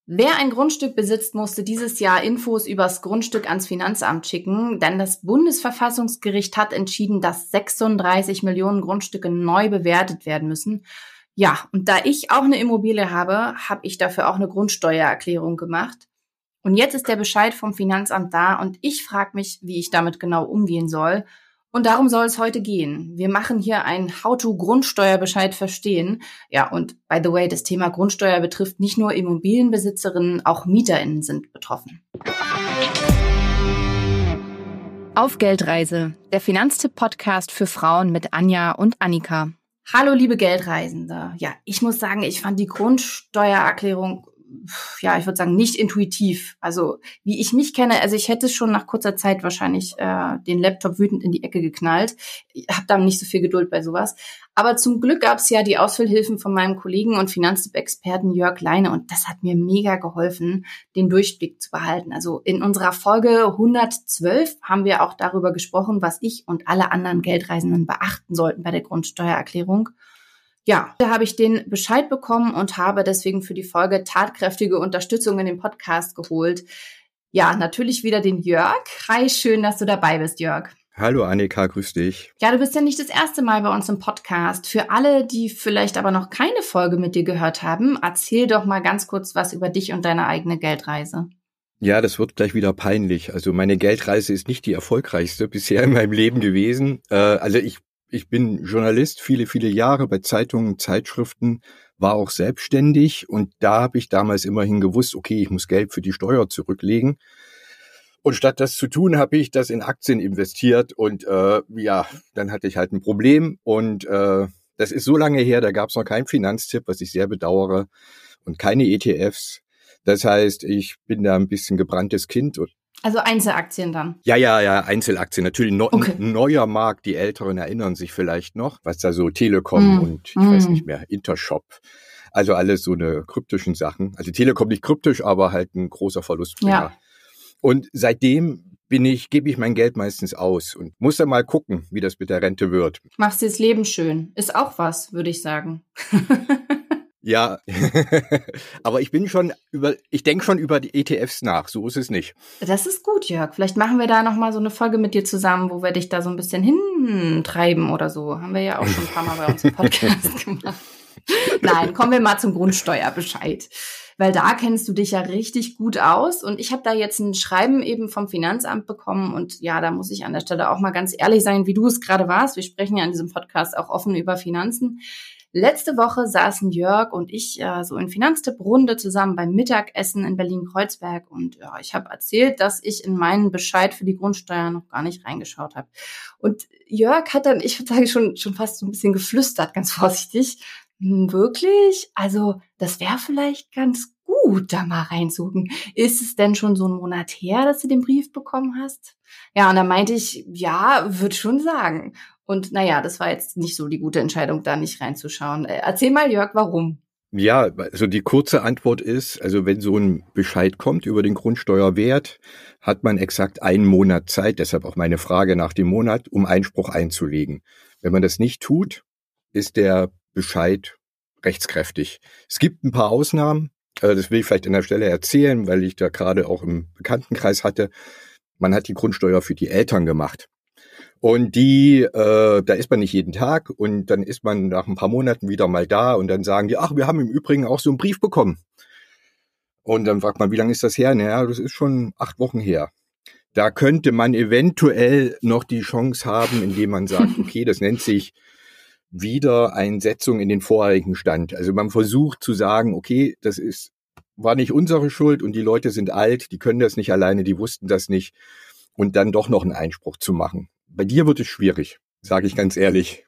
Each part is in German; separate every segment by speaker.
Speaker 1: Wer ein Grundstück besitzt, musste dieses Jahr Infos übers Grundstück ans Finanzamt schicken, denn das Bundesverfassungsgericht hat entschieden, dass 36 Millionen Grundstücke neu bewertet werden müssen. Ja, und da ich auch eine Immobilie habe ich dafür auch eine Grundsteuererklärung gemacht. Und jetzt ist der Bescheid vom Finanzamt da und ich frage mich, wie ich damit genau umgehen soll. Und darum soll es heute gehen. Wir machen hier ein How-to-Grundsteuerbescheid verstehen. Ja, und by the way, das Thema Grundsteuer betrifft nicht nur Immobilienbesitzerinnen, auch MieterInnen sind betroffen. Auf Geldreise, der Finanztipp-Podcast für Frauen mit Anja und Annika. Hallo, liebe Geldreisende. Ja, ich muss sagen, ich fand die Grundsteuererklärung, ich würde sagen, nicht intuitiv. Also, wie ich mich kenne, also ich hätte schon nach kurzer Zeit wahrscheinlich den Laptop wütend in die Ecke geknallt. Ich habe da nicht so viel Geduld bei sowas. Aber zum Glück gab es ja die Ausfüllhilfen von meinem Kollegen und Finanztipp-Experten Jörg Leine und das hat mir mega geholfen, den Durchblick zu behalten. Also in unserer Folge 112 haben wir auch darüber gesprochen, was ich und alle anderen Geldreisenden beachten sollten bei der Grundsteuererklärung. Ja, da habe ich den Bescheid bekommen und habe deswegen für die Folge tatkräftige Unterstützung in den Podcast geholt. Ja, natürlich wieder den Jörg. Hi, schön, dass du dabei bist, Jörg.
Speaker 2: Hallo Annika, grüß dich.
Speaker 1: Ja, du bist ja nicht das erste Mal bei uns im Podcast. Für alle, die vielleicht aber noch keine Folge mit dir gehört haben, erzähl doch mal ganz kurz was über dich und deine eigene Geldreise.
Speaker 2: Ja, das wird gleich wieder peinlich. Also meine Geldreise ist nicht die erfolgreichste bisher in meinem Leben gewesen. Ich bin Journalist, viele Jahre bei Zeitungen, Zeitschriften, war auch selbstständig und da habe ich damals immerhin gewusst, okay, ich muss Geld für die Steuer zurücklegen. Und statt das zu tun, habe ich das in Aktien investiert und dann hatte ich halt ein Problem und das ist so lange her, da gab es noch keinen Finanztipp, was ich sehr bedauere und keine ETFs. Das heißt, ich bin da ein bisschen gebranntes Kind.
Speaker 1: Also Einzelaktien dann?
Speaker 2: Ja, Einzelaktien. Natürlich
Speaker 1: Okay.
Speaker 2: Ein neuer Markt. Die Älteren erinnern sich vielleicht noch, was da so Telekom und ich weiß nicht mehr, Intershop. Also alles so eine kryptischen Sachen. Also Telekom nicht kryptisch, aber halt ein großer Verlustbringer.
Speaker 1: Ja.
Speaker 2: Und seitdem gebe ich mein Geld meistens aus und muss dann mal gucken, wie das mit der Rente wird.
Speaker 1: Machst dir das Leben schön. Ist auch was, würde ich sagen.
Speaker 2: Ja, aber ich denke schon über die ETFs nach, so ist es nicht.
Speaker 1: Das ist gut, Jörg. Vielleicht machen wir da nochmal so eine Folge mit dir zusammen, wo wir dich da so ein bisschen hintreiben oder so. Haben wir ja auch schon ein paar Mal bei uns im Podcast gemacht. Nein, kommen wir mal zum Grundsteuerbescheid. Weil da kennst du dich ja richtig gut aus und ich habe da jetzt ein Schreiben eben vom Finanzamt bekommen und ja, da muss ich an der Stelle auch mal ganz ehrlich sein, wie du es gerade warst. Wir sprechen ja in diesem Podcast auch offen über Finanzen. Letzte Woche saßen Jörg und ich so in Finanztipp-Runde zusammen beim Mittagessen in Berlin-Kreuzberg und ja, ich habe erzählt, dass ich in meinen Bescheid für die Grundsteuer noch gar nicht reingeschaut habe. Und Jörg hat dann, ich würde sagen, schon fast so ein bisschen geflüstert, ganz vorsichtig. Wirklich? Also das wäre vielleicht ganz gut, da mal reinzugucken. Ist es denn schon so einen Monat her, dass du den Brief bekommen hast? Ja, und dann meinte ich, ja, würde schon sagen. Und naja, das war jetzt nicht so die gute Entscheidung, da nicht reinzuschauen. Erzähl mal, Jörg, warum?
Speaker 2: Ja, also die kurze Antwort ist, also wenn so ein Bescheid kommt über den Grundsteuerwert, hat man exakt einen Monat Zeit, deshalb auch meine Frage nach dem Monat, um Einspruch einzulegen. Wenn man das nicht tut, ist der Bescheid rechtskräftig. Es gibt ein paar Ausnahmen, das will ich vielleicht an der Stelle erzählen, weil ich da gerade auch im Bekanntenkreis hatte. Man hat die Grundsteuer für die Eltern gemacht. Und da ist man nicht jeden Tag und dann ist man nach ein paar Monaten wieder mal da und dann sagen die, ach, wir haben im Übrigen auch so einen Brief bekommen. Und dann fragt man, wie lange ist das her? Naja, das ist schon 8 Wochen her. Da könnte man eventuell noch die Chance haben, indem man sagt, okay, das nennt sich Wiedereinsetzung in den vorherigen Stand. Also man versucht zu sagen, okay, war nicht unsere Schuld und die Leute sind alt, die können das nicht alleine, die wussten das nicht und dann doch noch einen Einspruch zu machen. Bei dir wird es schwierig, sage ich ganz ehrlich.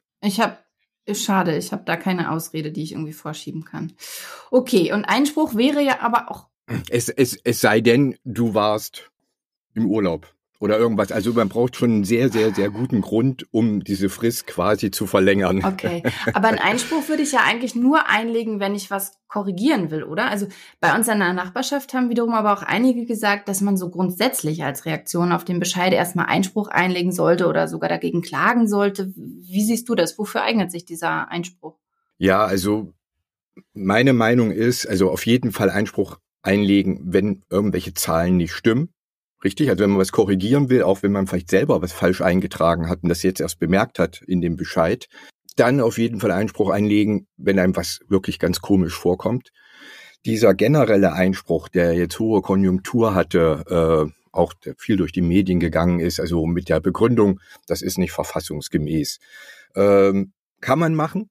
Speaker 1: Schade, ich habe da keine Ausrede, die ich irgendwie vorschieben kann. Okay, und Einspruch wäre ja aber auch...
Speaker 2: Es sei denn, du warst im Urlaub oder irgendwas. Also man braucht schon einen sehr, sehr, sehr guten Grund, um diese Frist quasi zu verlängern.
Speaker 1: Okay, aber einen Einspruch würde ich ja eigentlich nur einlegen, wenn ich was korrigieren will, oder? Also bei uns in der Nachbarschaft haben wiederum aber auch einige gesagt, dass man so grundsätzlich als Reaktion auf den Bescheid erstmal Einspruch einlegen sollte oder sogar dagegen klagen sollte. Wie siehst du das? Wofür eignet sich dieser Einspruch?
Speaker 2: Ja, also meine Meinung ist, also auf jeden Fall Einspruch einlegen, wenn irgendwelche Zahlen nicht stimmen. Richtig? Also wenn man was korrigieren will, auch wenn man vielleicht selber was falsch eingetragen hat und das jetzt erst bemerkt hat in dem Bescheid, dann auf jeden Fall Einspruch einlegen, wenn einem was wirklich ganz komisch vorkommt. Dieser generelle Einspruch, der jetzt hohe Konjunktur hatte, auch der viel durch die Medien gegangen ist, also mit der Begründung, das ist nicht verfassungsgemäß, kann man machen,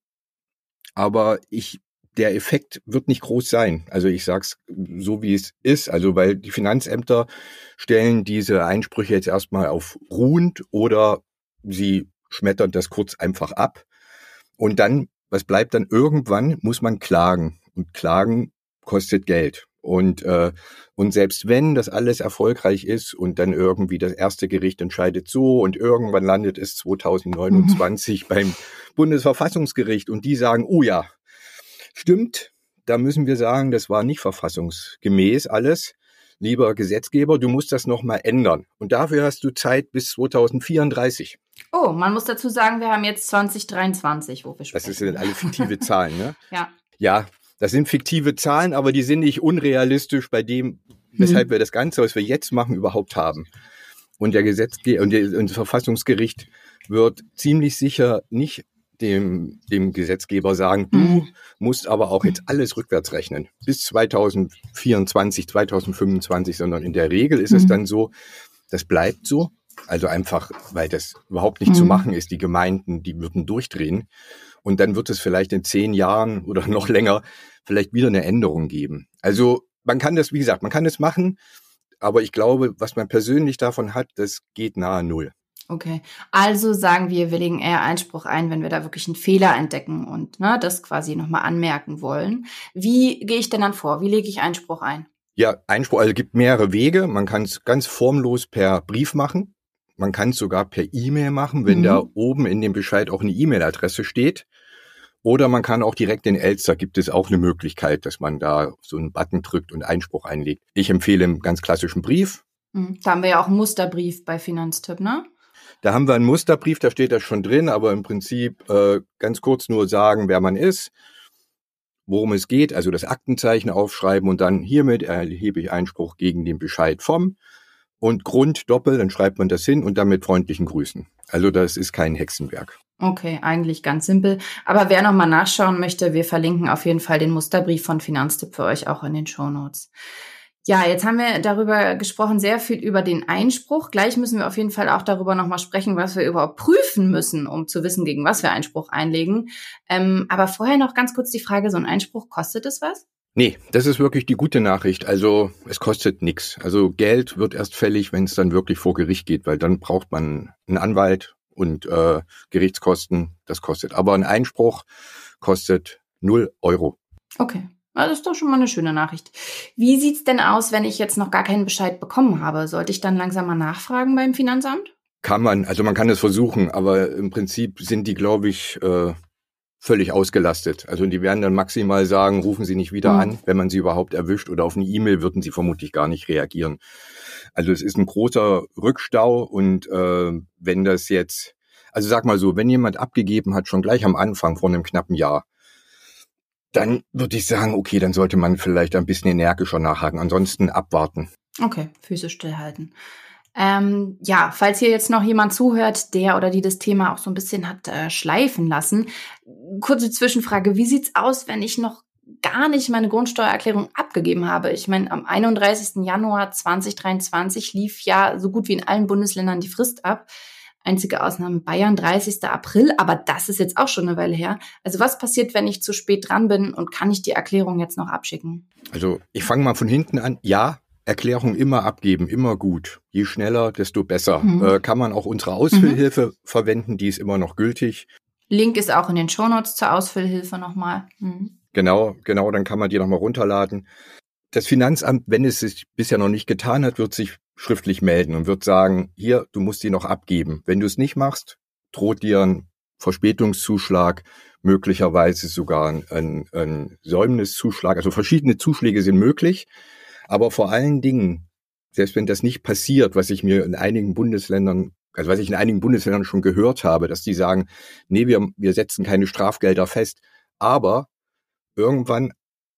Speaker 2: aber der Effekt wird nicht groß sein. Also ich sag's so, wie es ist. Also weil die Finanzämter stellen diese Einsprüche jetzt erstmal auf ruhend oder sie schmettern das kurz einfach ab. Und dann, was bleibt dann? Irgendwann muss man klagen. Und klagen kostet Geld. Und selbst wenn das alles erfolgreich ist und dann irgendwie das erste Gericht entscheidet so und irgendwann landet es 2029 beim Bundesverfassungsgericht und die sagen, oh ja, stimmt, da müssen wir sagen, das war nicht verfassungsgemäß alles. Lieber Gesetzgeber, du musst das nochmal ändern. Und dafür hast du Zeit bis 2034.
Speaker 1: Oh, man muss dazu sagen, wir haben jetzt 2023, wo wir sprechen.
Speaker 2: Das sind alle fiktive Zahlen, ne?
Speaker 1: Ja.
Speaker 2: Ja, das sind fiktive Zahlen, aber die sind nicht unrealistisch bei dem, weshalb wir das Ganze, was wir jetzt machen, überhaupt haben. Und der Gesetzgeber und das Verfassungsgericht wird ziemlich sicher nicht dem Gesetzgeber sagen, du musst aber auch jetzt alles rückwärts rechnen, bis 2024, 2025, sondern in der Regel ist es dann so, das bleibt so, also einfach, weil das überhaupt nicht zu machen ist, die Gemeinden, die würden durchdrehen und dann wird es vielleicht in 10 Jahren oder noch länger vielleicht wieder eine Änderung geben. Also man kann das, wie gesagt, man kann das machen, aber ich glaube, was man persönlich davon hat, das geht nahe Null.
Speaker 1: Okay, also sagen wir legen eher Einspruch ein, wenn wir da wirklich einen Fehler entdecken und das quasi nochmal anmerken wollen. Wie gehe ich denn dann vor? Wie lege ich Einspruch ein?
Speaker 2: Ja, Einspruch, also es gibt mehrere Wege. Man kann es ganz formlos per Brief machen. Man kann es sogar per E-Mail machen, wenn da oben in dem Bescheid auch eine E-Mail-Adresse steht. Oder man kann auch direkt in Elster, gibt es auch eine Möglichkeit, dass man da so einen Button drückt und Einspruch einlegt. Ich empfehle einen ganz klassischen Brief.
Speaker 1: Da haben wir ja auch einen Musterbrief bei Finanztipp, ne?
Speaker 2: Da haben wir einen Musterbrief, da steht das schon drin, aber im Prinzip ganz kurz nur sagen, wer man ist, worum es geht, also das Aktenzeichen aufschreiben und dann hiermit erhebe ich Einspruch gegen den Bescheid vom und Grund doppelt, dann schreibt man das hin und dann mit freundlichen Grüßen. Also das ist kein Hexenwerk.
Speaker 1: Okay, eigentlich ganz simpel. Aber wer nochmal nachschauen möchte, wir verlinken auf jeden Fall den Musterbrief von Finanztipp für euch auch in den Shownotes. Ja, jetzt haben wir darüber gesprochen, sehr viel über den Einspruch. Gleich müssen wir auf jeden Fall auch darüber nochmal sprechen, was wir überhaupt prüfen müssen, um zu wissen, gegen was wir Einspruch einlegen. Aber vorher noch ganz kurz die Frage, so ein Einspruch, kostet es was?
Speaker 2: Nee, das ist wirklich die gute Nachricht. Also es kostet nichts. Also Geld wird erst fällig, wenn es dann wirklich vor Gericht geht, weil dann braucht man einen Anwalt und Gerichtskosten, das kostet. Aber ein Einspruch kostet 0 Euro.
Speaker 1: Okay. Das ist doch schon mal eine schöne Nachricht. Wie sieht's denn aus, wenn ich jetzt noch gar keinen Bescheid bekommen habe? Sollte ich dann langsam mal nachfragen beim Finanzamt?
Speaker 2: Kann man, also man kann es versuchen, aber im Prinzip sind die, glaube ich, völlig ausgelastet. Also die werden dann maximal sagen, rufen Sie nicht wieder an, wenn man sie überhaupt erwischt, oder auf eine E-Mail würden sie vermutlich gar nicht reagieren. Also es ist ein großer Rückstau und wenn das jetzt, also sag mal so, wenn jemand abgegeben hat, schon gleich am Anfang vor einem knappen Jahr, dann würde ich sagen, okay, dann sollte man vielleicht ein bisschen energischer nachhaken, ansonsten abwarten.
Speaker 1: Okay, Füße stillhalten. Ja, falls hier jetzt noch jemand zuhört, der oder die das Thema auch so ein bisschen hat schleifen lassen. Kurze Zwischenfrage, wie sieht's aus, wenn ich noch gar nicht meine Grundsteuererklärung abgegeben habe? Ich meine, am 31. Januar 2023 lief ja so gut wie in allen Bundesländern die Frist ab. Einzige Ausnahme Bayern, 30. April, aber das ist jetzt auch schon eine Weile her. Also was passiert, wenn ich zu spät dran bin und kann ich die Erklärung jetzt noch abschicken?
Speaker 2: Also ich fange mal von hinten an. Ja, Erklärung immer abgeben, immer gut. Je schneller, desto besser. Kann man auch unsere Ausfüllhilfe verwenden, die ist immer noch gültig.
Speaker 1: Link ist auch in den Shownotes zur Ausfüllhilfe nochmal.
Speaker 2: Genau, dann kann man die nochmal runterladen. Das Finanzamt, wenn es sich bisher noch nicht getan hat, wird sich schriftlich melden und wird sagen, hier, du musst die noch abgeben. Wenn du es nicht machst, droht dir ein Verspätungszuschlag, möglicherweise sogar ein Säumniszuschlag. Also verschiedene Zuschläge sind möglich. Aber vor allen Dingen, selbst wenn das nicht passiert, was ich in einigen Bundesländern schon gehört habe, dass die sagen, nee, wir setzen keine Strafgelder fest. Aber irgendwann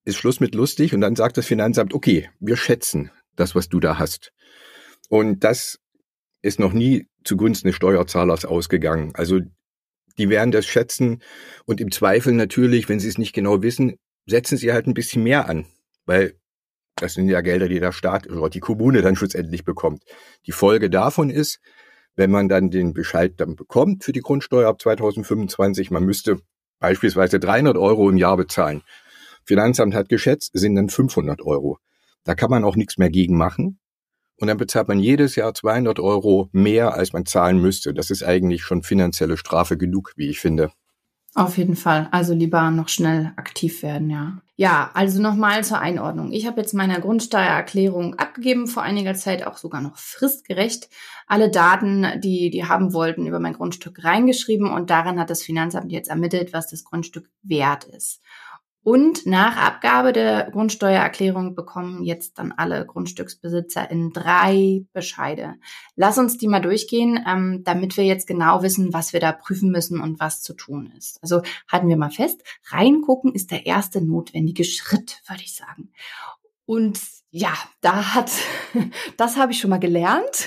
Speaker 2: ist Schluss mit lustig und dann sagt das Finanzamt, okay, wir schätzen das, was du da hast. Und das ist noch nie zugunsten des Steuerzahlers ausgegangen. Also die werden das schätzen und im Zweifel natürlich, wenn sie es nicht genau wissen, setzen sie halt ein bisschen mehr an, weil das sind ja Gelder, die der Staat oder die Kommune dann schlussendlich bekommt. Die Folge davon ist, wenn man dann den Bescheid dann bekommt für die Grundsteuer ab 2025, man müsste beispielsweise 300 Euro im Jahr bezahlen. Finanzamt hat geschätzt, es sind dann 500 Euro. Da kann man auch nichts mehr gegen machen. Und dann bezahlt man jedes Jahr 200 Euro mehr, als man zahlen müsste. Das ist eigentlich schon finanzielle Strafe genug, wie ich finde.
Speaker 1: Auf jeden Fall. Also lieber noch schnell aktiv werden, ja. Ja, also nochmal zur Einordnung. Ich habe jetzt meine Grundsteuererklärung abgegeben, vor einiger Zeit auch sogar noch fristgerecht. Alle Daten, die haben wollten, über mein Grundstück reingeschrieben und daran hat das Finanzamt jetzt ermittelt, was das Grundstück wert ist. Und nach Abgabe der Grundsteuererklärung bekommen jetzt dann alle Grundstücksbesitzer in 3 Bescheide. Lass uns die mal durchgehen, damit wir jetzt genau wissen, was wir da prüfen müssen und was zu tun ist. Also halten wir mal fest, reingucken ist der erste notwendige Schritt, würde ich sagen. Und ja, das habe ich schon mal gelernt.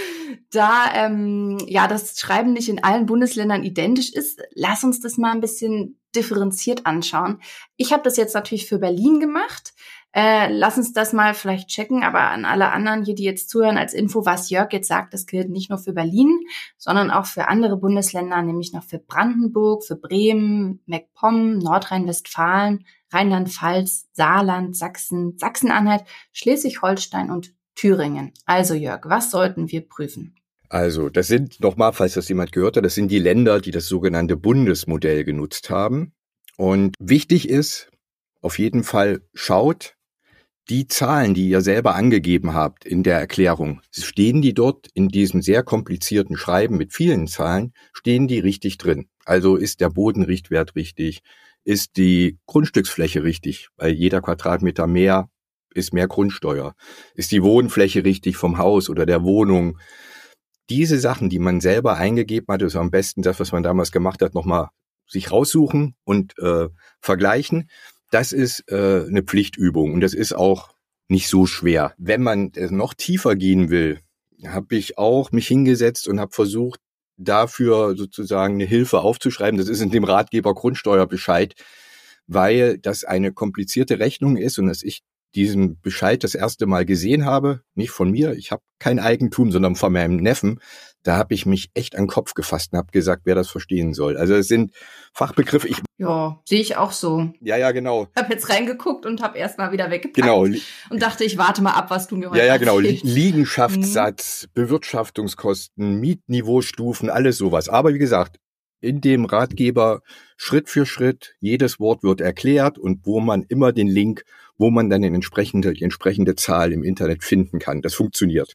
Speaker 1: Das Schreiben nicht in allen Bundesländern identisch ist, lass uns das mal ein bisschen differenziert anschauen. Ich habe das jetzt natürlich für Berlin gemacht. Lass uns das mal vielleicht checken, aber an alle anderen hier, die jetzt zuhören, als Info, was Jörg jetzt sagt, das gilt nicht nur für Berlin, sondern auch für andere Bundesländer, nämlich noch für Brandenburg, für Bremen, MacPom, Nordrhein-Westfalen, Rheinland-Pfalz, Saarland, Sachsen, Sachsen-Anhalt, Schleswig-Holstein und Thüringen. Also Jörg, was sollten wir prüfen?
Speaker 2: Also das sind nochmal, falls das jemand gehört hat, das sind die Länder, die das sogenannte Bundesmodell genutzt haben. Und wichtig ist, auf jeden Fall schaut, die Zahlen, die ihr selber angegeben habt in der Erklärung, stehen die dort in diesem sehr komplizierten Schreiben mit vielen Zahlen, stehen die richtig drin? Also ist der Bodenrichtwert richtig? Ist die Grundstücksfläche richtig? Weil jeder Quadratmeter mehr ist mehr Grundsteuer. Ist die Wohnfläche richtig vom Haus oder der Wohnung? Diese Sachen, die man selber eingegeben hat, ist am besten das, was man damals gemacht hat, nochmal sich raussuchen und vergleichen. Das ist eine Pflichtübung und das ist auch nicht so schwer. Wenn man noch tiefer gehen will, habe ich auch mich hingesetzt und habe versucht, dafür sozusagen eine Hilfe aufzuschreiben. Das ist in dem Ratgeber Grundsteuerbescheid, weil das eine komplizierte Rechnung ist und dass ich diesen Bescheid das erste Mal gesehen habe, nicht von mir, ich habe kein Eigentum, sondern von meinem Neffen, da habe ich mich echt an den Kopf gefasst und habe gesagt, wer das verstehen soll. Also es sind Fachbegriffe.
Speaker 1: Ja, sehe ich auch so.
Speaker 2: Ja, genau.
Speaker 1: Ich habe jetzt reingeguckt und habe erst mal wieder weggepackt.
Speaker 2: Genau.
Speaker 1: Und dachte, ich warte mal ab, was du mir heute
Speaker 2: Ja, genau.
Speaker 1: erzählst.
Speaker 2: Liegenschaftssatz, Bewirtschaftungskosten, Mietniveaustufen, alles sowas. Aber wie gesagt, in dem Ratgeber Schritt für Schritt, jedes Wort wird erklärt und wo man immer den Link, wo man dann die entsprechende Zahl im Internet finden kann. Das funktioniert.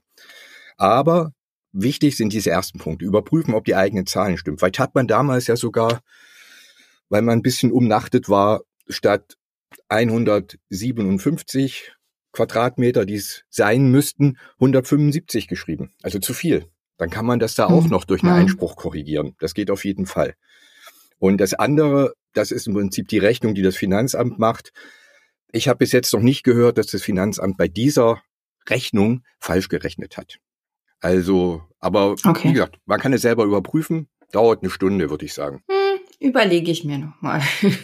Speaker 2: Aber wichtig sind diese ersten Punkte. Überprüfen, ob die eigenen Zahlen stimmen. Vielleicht hat man damals ja sogar, weil man ein bisschen umnachtet war, statt 157 Quadratmeter, die es sein müssten, 175 geschrieben. Also zu viel. Dann kann man das da auch noch durch einen Einspruch korrigieren. Das geht auf jeden Fall. Und das andere, das ist im Prinzip die Rechnung, die das Finanzamt macht. Ich habe bis jetzt noch nicht gehört, dass das Finanzamt bei dieser Rechnung falsch gerechnet hat. Also, aber Wie gesagt, man kann es selber überprüfen. Dauert eine Stunde, würde ich sagen.
Speaker 1: Überlege ich mir nochmal.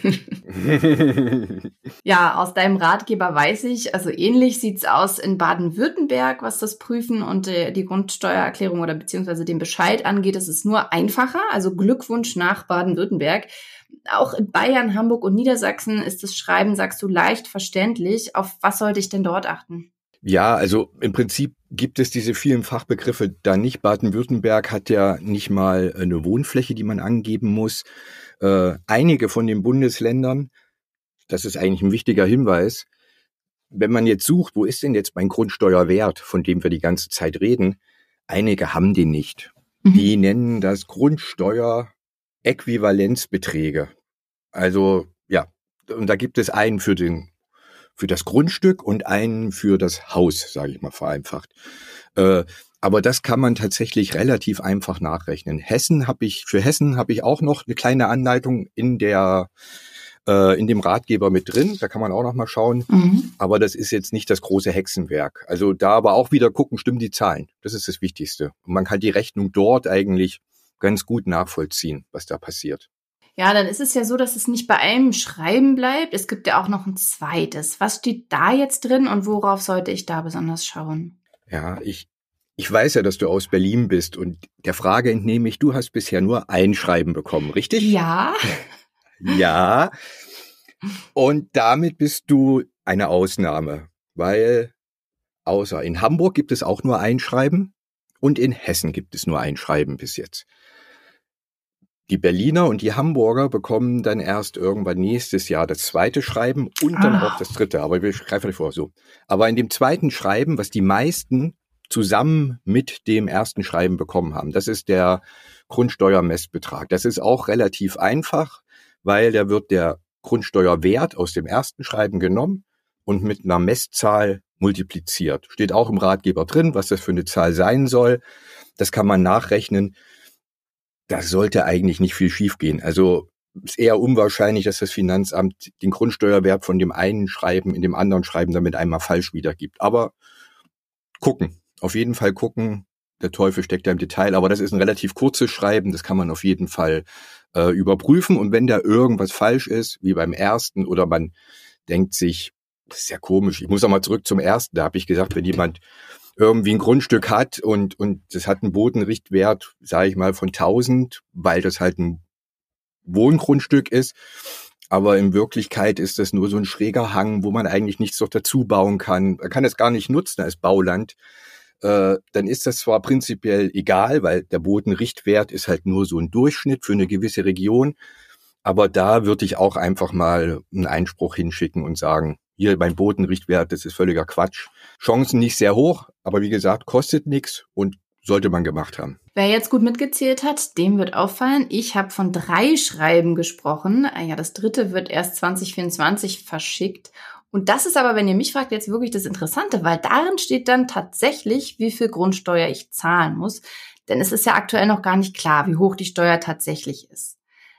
Speaker 1: Ja, aus deinem Ratgeber weiß ich, also ähnlich sieht's aus in Baden-Württemberg, was das Prüfen und die Grundsteuererklärung oder beziehungsweise den Bescheid angeht. Es ist nur einfacher, also Glückwunsch nach Baden-Württemberg. Auch in Bayern, Hamburg und Niedersachsen ist das Schreiben, sagst du, leicht verständlich. Auf was sollte ich denn dort achten?
Speaker 2: Ja, also im Prinzip gibt es diese vielen Fachbegriffe da nicht. Baden-Württemberg hat ja nicht mal eine Wohnfläche, die man angeben muss. Einige von den Bundesländern, das ist eigentlich ein wichtiger Hinweis, wenn man jetzt sucht, wo ist denn jetzt mein Grundsteuerwert, von dem wir die ganze Zeit reden, einige haben den nicht. Die nennen das Grundsteueräquivalenzbeträge. Also ja, und da gibt es einen für das Grundstück und einen für das Haus, sage ich mal vereinfacht. Aber das kann man tatsächlich relativ einfach nachrechnen. Für Hessen habe ich auch noch eine kleine Anleitung in der in dem Ratgeber mit drin. Da kann man auch noch mal schauen. Aber das ist jetzt nicht das große Hexenwerk. Also da aber auch wieder gucken, stimmen die Zahlen. Das ist das Wichtigste. Und man kann die Rechnung dort eigentlich ganz gut nachvollziehen, was da passiert.
Speaker 1: Ja, dann ist es ja so, dass es nicht bei einem Schreiben bleibt. Es gibt ja auch noch ein zweites. Was steht da jetzt drin und worauf sollte ich da besonders schauen?
Speaker 2: Ja, ich weiß ja, dass du aus Berlin bist und der Frage entnehme ich, du hast bisher nur ein Schreiben bekommen, richtig?
Speaker 1: Ja.
Speaker 2: Ja. Und damit bist du eine Ausnahme, weil außer in Hamburg gibt es auch nur ein Schreiben und in Hessen gibt es nur ein Schreiben bis jetzt. Die Berliner und die Hamburger bekommen dann erst irgendwann nächstes Jahr das zweite Schreiben und dann auch das dritte. Aber wir greifen nicht vor, so. Aber in dem zweiten Schreiben, was die meisten zusammen mit dem ersten Schreiben bekommen haben, das ist der Grundsteuermessbetrag. Das ist auch relativ einfach, weil da wird der Grundsteuerwert aus dem ersten Schreiben genommen und mit einer Messzahl multipliziert. Steht auch im Ratgeber drin, was das für eine Zahl sein soll. Das kann man nachrechnen. Da sollte eigentlich nicht viel schiefgehen. Also ist eher unwahrscheinlich, dass das Finanzamt den Grundsteuerwert von dem einen Schreiben in dem anderen Schreiben damit einmal falsch wiedergibt. Aber gucken, auf jeden Fall gucken. Der Teufel steckt da im Detail. Aber das ist ein relativ kurzes Schreiben. Das kann man auf jeden Fall überprüfen. Und wenn da irgendwas falsch ist, wie beim ersten, oder man denkt sich, das ist ja komisch. Ich muss auch mal zurück zum ersten. Da habe ich gesagt, wenn jemand irgendwie ein Grundstück hat und das hat einen Bodenrichtwert, sage ich mal, von 1000, weil das halt ein Wohngrundstück ist. Aber in Wirklichkeit ist das nur so ein schräger Hang, wo man eigentlich nichts noch dazu bauen kann. Man kann es gar nicht nutzen als Bauland. Dann ist das zwar prinzipiell egal, weil der Bodenrichtwert ist halt nur so ein Durchschnitt für eine gewisse Region. Aber da würde ich auch einfach mal einen Einspruch hinschicken und sagen, hier mein Bodenrichtwert, das ist völliger Quatsch. Chancen nicht sehr hoch, aber wie gesagt, kostet nichts und sollte man gemacht haben.
Speaker 1: Wer jetzt gut mitgezählt hat, dem wird auffallen, ich habe von 3 Schreiben gesprochen. Ja, das dritte wird erst 2024 verschickt. Und das ist aber, wenn ihr mich fragt, jetzt wirklich das Interessante, weil darin steht dann tatsächlich, wie viel Grundsteuer ich zahlen muss. Denn es ist ja aktuell noch gar nicht klar, wie hoch die Steuer tatsächlich ist.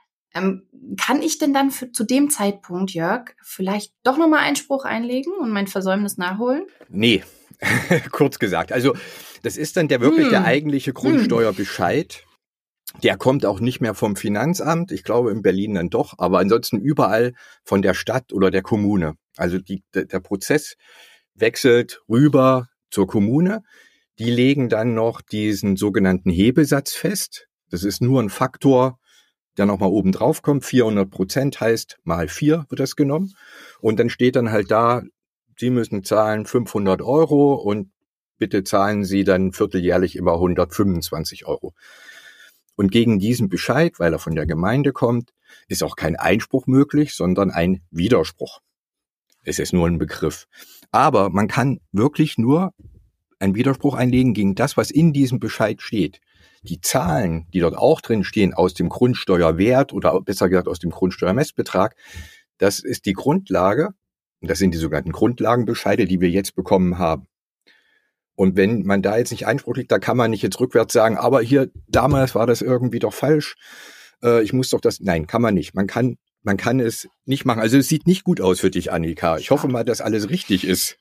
Speaker 1: Kann ich denn dann zu dem Zeitpunkt, Jörg, vielleicht doch nochmal Einspruch einlegen und mein Versäumnis nachholen?
Speaker 2: Nee, kurz gesagt. Also das ist dann wirklich der eigentliche Grundsteuerbescheid. Der kommt auch nicht mehr vom Finanzamt. Ich glaube in Berlin dann doch, aber ansonsten überall von der Stadt oder der Kommune. Also der Prozess wechselt rüber zur Kommune. Die legen dann noch diesen sogenannten Hebesatz fest. Das ist nur ein Faktor, der nochmal oben drauf kommt. 400% heißt mal 4 wird das genommen. Und dann steht dann halt da, Sie müssen zahlen 500 € und bitte zahlen Sie dann vierteljährlich immer 125 €. Und gegen diesen Bescheid, weil er von der Gemeinde kommt, ist auch kein Einspruch möglich, sondern ein Widerspruch. Es ist nur ein Begriff. Aber man kann wirklich nur einen Widerspruch einlegen gegen das, was in diesem Bescheid steht. Die Zahlen, die dort auch drin stehen, aus dem Grundsteuerwert oder besser gesagt aus dem Grundsteuermessbetrag, das ist die Grundlage. Und das sind die sogenannten Grundlagenbescheide, die wir jetzt bekommen haben. Und wenn man da jetzt nicht Einspruch legt, da kann man nicht jetzt rückwärts sagen, aber hier, damals war das irgendwie doch falsch. Ich muss doch das, nein, kann man nicht. Man kann es nicht machen. Also es sieht nicht gut aus für dich, Annika. Ich hoffe mal, dass alles richtig ist.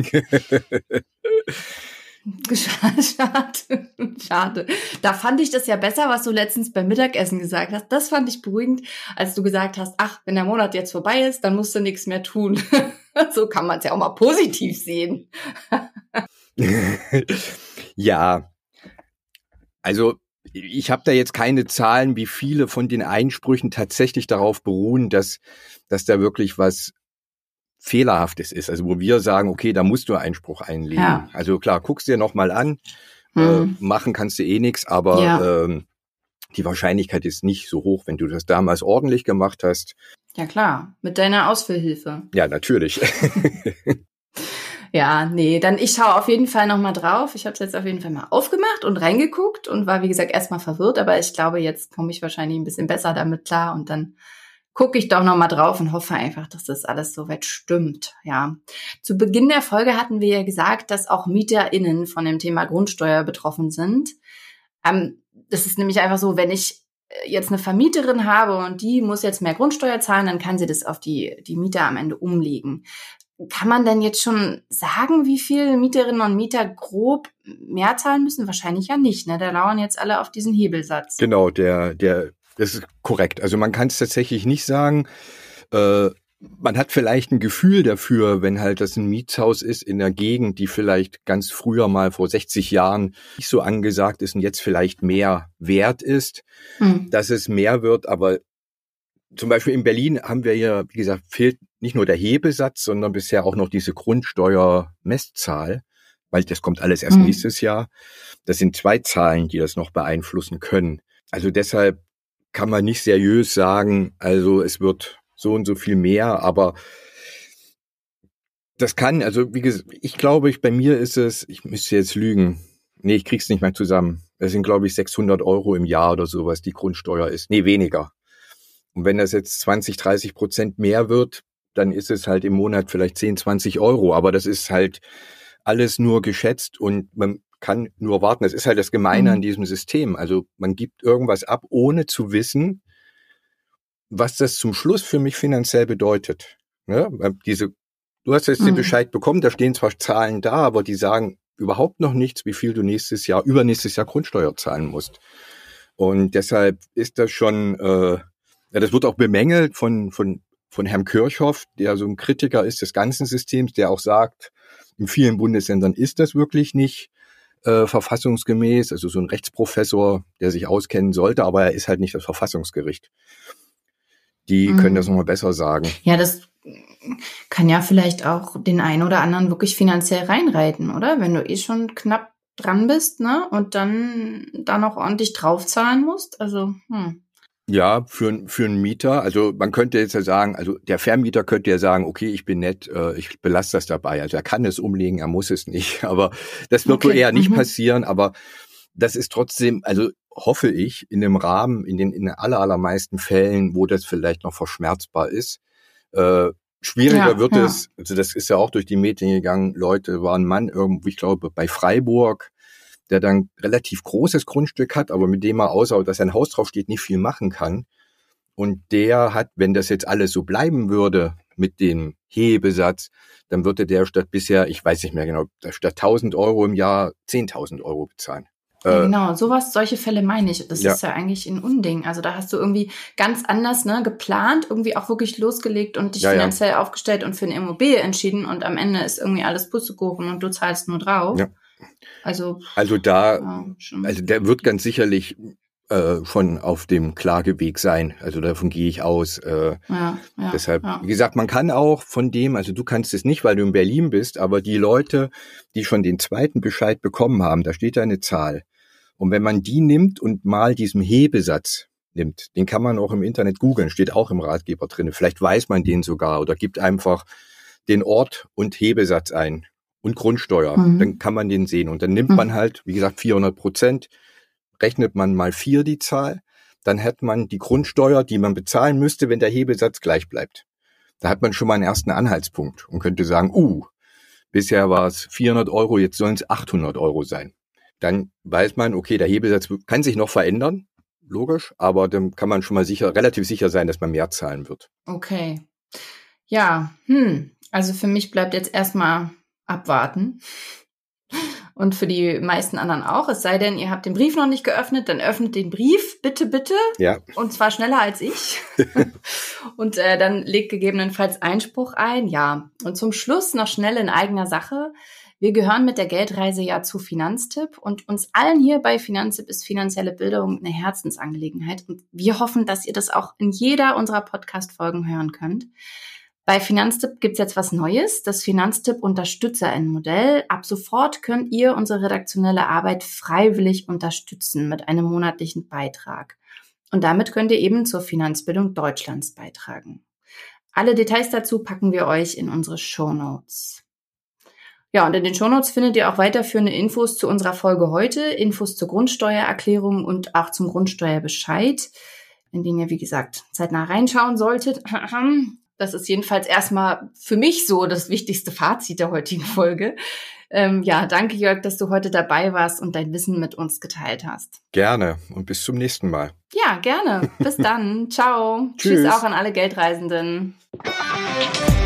Speaker 1: Schade. Da fand ich das ja besser, was du letztens beim Mittagessen gesagt hast. Das fand ich beruhigend, als du gesagt hast, ach, wenn der Monat jetzt vorbei ist, dann musst du nichts mehr tun. So kann man es ja auch mal positiv sehen.
Speaker 2: Ja, also ich habe da jetzt keine Zahlen, wie viele von den Einsprüchen tatsächlich darauf beruhen, dass da wirklich was Fehlerhaftes ist. Also wo wir sagen, okay, da musst du Einspruch einlegen. Ja. Also klar, guckst dir nochmal an, machen kannst du eh nichts, aber die Wahrscheinlichkeit ist nicht so hoch, wenn du das damals ordentlich gemacht hast.
Speaker 1: Ja klar, mit deiner Ausfüllhilfe.
Speaker 2: Ja, natürlich.
Speaker 1: Ja, nee, dann ich schaue auf jeden Fall nochmal drauf. Ich habe es jetzt auf jeden Fall mal aufgemacht und reingeguckt und war, wie gesagt, erstmal verwirrt, aber ich glaube, jetzt komme ich wahrscheinlich ein bisschen besser damit klar und dann gucke ich doch nochmal drauf und hoffe einfach, dass das alles soweit stimmt. Ja. Zu Beginn der Folge hatten wir ja gesagt, dass auch MieterInnen von dem Thema Grundsteuer betroffen sind. Das ist nämlich einfach so, wenn ich jetzt eine Vermieterin habe und die muss jetzt mehr Grundsteuer zahlen, dann kann sie das auf die Mieter am Ende umlegen. Kann man denn jetzt schon sagen, wie viel Mieterinnen und Mieter grob mehr zahlen müssen? Wahrscheinlich ja nicht, ne? Da lauern jetzt alle auf diesen Hebelsatz.
Speaker 2: Genau, das ist korrekt. Also man kann es tatsächlich nicht sagen. Man hat vielleicht ein Gefühl dafür, wenn halt das ein Mietshaus ist in der Gegend, die vielleicht ganz früher mal vor 60 Jahren nicht so angesagt ist und jetzt vielleicht mehr wert ist, dass es mehr wird. Aber zum Beispiel in Berlin haben wir ja, wie gesagt, fehlt nicht nur der Hebesatz, sondern bisher auch noch diese Grundsteuermesszahl, weil das kommt alles erst nächstes Jahr. Das sind 2 Zahlen, die das noch beeinflussen können. Also deshalb kann man nicht seriös sagen, also es wird so und so viel mehr, aber das kann, also wie gesagt, ich glaube, bei mir ist es, ich müsste jetzt lügen, nee, ich krieg's nicht mehr zusammen. Das sind, glaube ich, 600 € im Jahr oder sowas, die Grundsteuer ist. Nee, weniger. Und wenn das jetzt 20-30% mehr wird, dann ist es halt im Monat vielleicht 10-20 €. Aber das ist halt alles nur geschätzt und man kann nur warten. Das ist halt das Gemeine an diesem System. Also man gibt irgendwas ab, ohne zu wissen, was das zum Schluss für mich finanziell bedeutet. Ne? Du hast jetzt den Bescheid bekommen, da stehen zwar Zahlen da, aber die sagen überhaupt noch nichts, wie viel du übernächstes Jahr Grundsteuer zahlen musst. Und deshalb ist das schon, das wird auch bemängelt von Herrn Kirchhoff, der so ein Kritiker ist des ganzen Systems, der auch sagt, in vielen Bundesländern ist das wirklich nicht verfassungsgemäß, also so ein Rechtsprofessor, der sich auskennen sollte, aber er ist halt nicht das Verfassungsgericht. Die können das nochmal besser sagen.
Speaker 1: Ja, das kann ja vielleicht auch den einen oder anderen wirklich finanziell reinreiten, oder? Wenn du schon knapp dran bist, ne? Und dann da noch ordentlich draufzahlen musst. Also,
Speaker 2: Ja, für einen Mieter, also man könnte jetzt ja sagen, also der Vermieter könnte ja sagen, okay, ich bin nett, ich belasse das dabei. Also er kann es umlegen, er muss es nicht. Aber das wird wohl eher nicht passieren. Aber das ist trotzdem, also hoffe ich, in dem Rahmen, in den allermeisten Fällen, wo das vielleicht noch verschmerzbar ist. Schwieriger wird es, also das ist ja auch durch die Medien gegangen, Leute, war ein Mann irgendwo, ich glaube, bei Freiburg, der dann relativ großes Grundstück hat, aber mit dem er außer, dass ein Haus drauf steht, nicht viel machen kann. Und der hat, wenn das jetzt alles so bleiben würde mit dem Hebesatz, dann würde der statt bisher, ich weiß nicht mehr genau, statt 1.000 € im Jahr 10.000 € bezahlen.
Speaker 1: Ja, genau, solche Fälle meine ich. Das ist ja eigentlich ein Unding. Also da hast du irgendwie ganz anders geplant, irgendwie auch wirklich losgelegt und dich finanziell aufgestellt und für eine Immobilie entschieden und am Ende ist irgendwie alles Pustekuchen und du zahlst nur drauf. Ja. Also der wird ganz sicherlich schon auf dem Klageweg sein. Also davon gehe ich aus. Deshalb, wie gesagt, man kann auch von dem, also du kannst es nicht, weil du in Berlin bist, aber die Leute, die schon den zweiten Bescheid bekommen haben, da steht da eine Zahl. Und wenn man die nimmt und mal diesen Hebesatz nimmt, den kann man auch im Internet googeln, steht auch im Ratgeber drin. Vielleicht weiß man den sogar oder gibt einfach den Ort und Hebesatz ein und Grundsteuer. Dann kann man den sehen. Und dann nimmt man halt, wie gesagt, 400%, rechnet man mal 4 die Zahl, dann hat man die Grundsteuer, die man bezahlen müsste, wenn der Hebesatz gleich bleibt. Da hat man schon mal einen ersten Anhaltspunkt und könnte sagen, bisher war es 400 €, jetzt sollen es 800 € sein. Dann weiß man, okay, der Hebesatz kann sich noch verändern, logisch, aber dann kann man schon mal relativ sicher sein, dass man mehr zahlen wird. Okay. Ja, also für mich bleibt jetzt erstmal abwarten. Und für die meisten anderen auch. Es sei denn, ihr habt den Brief noch nicht geöffnet, dann öffnet den Brief, bitte.
Speaker 2: Ja.
Speaker 1: Und zwar schneller als ich. Und dann legt gegebenenfalls Einspruch ein. Ja. Und zum Schluss noch schnell in eigener Sache. Wir gehören mit der Geldreise ja zu Finanztipp und uns allen hier bei Finanztipp ist finanzielle Bildung eine Herzensangelegenheit. Und wir hoffen, dass ihr das auch in jeder unserer Podcast-Folgen hören könnt. Bei Finanztipp gibt's jetzt was Neues, das Finanztipp-UnterstützerInnen-Modell. Ab sofort könnt ihr unsere redaktionelle Arbeit freiwillig unterstützen mit einem monatlichen Beitrag. Und damit könnt ihr eben zur Finanzbildung Deutschlands beitragen. Alle Details dazu packen wir euch in unsere Shownotes. Ja, und in den Shownotes findet ihr auch weiterführende Infos zu unserer Folge heute, Infos zur Grundsteuererklärung und auch zum Grundsteuerbescheid, in den ihr, wie gesagt, zeitnah reinschauen solltet. Das ist jedenfalls erstmal für mich so das wichtigste Fazit der heutigen Folge. Ja, danke Jörg, dass du heute dabei warst und dein Wissen mit uns geteilt hast.
Speaker 2: Gerne und bis zum nächsten Mal.
Speaker 1: Ja, gerne. Bis dann. Ciao. Tschüss auch an alle Geldreisenden.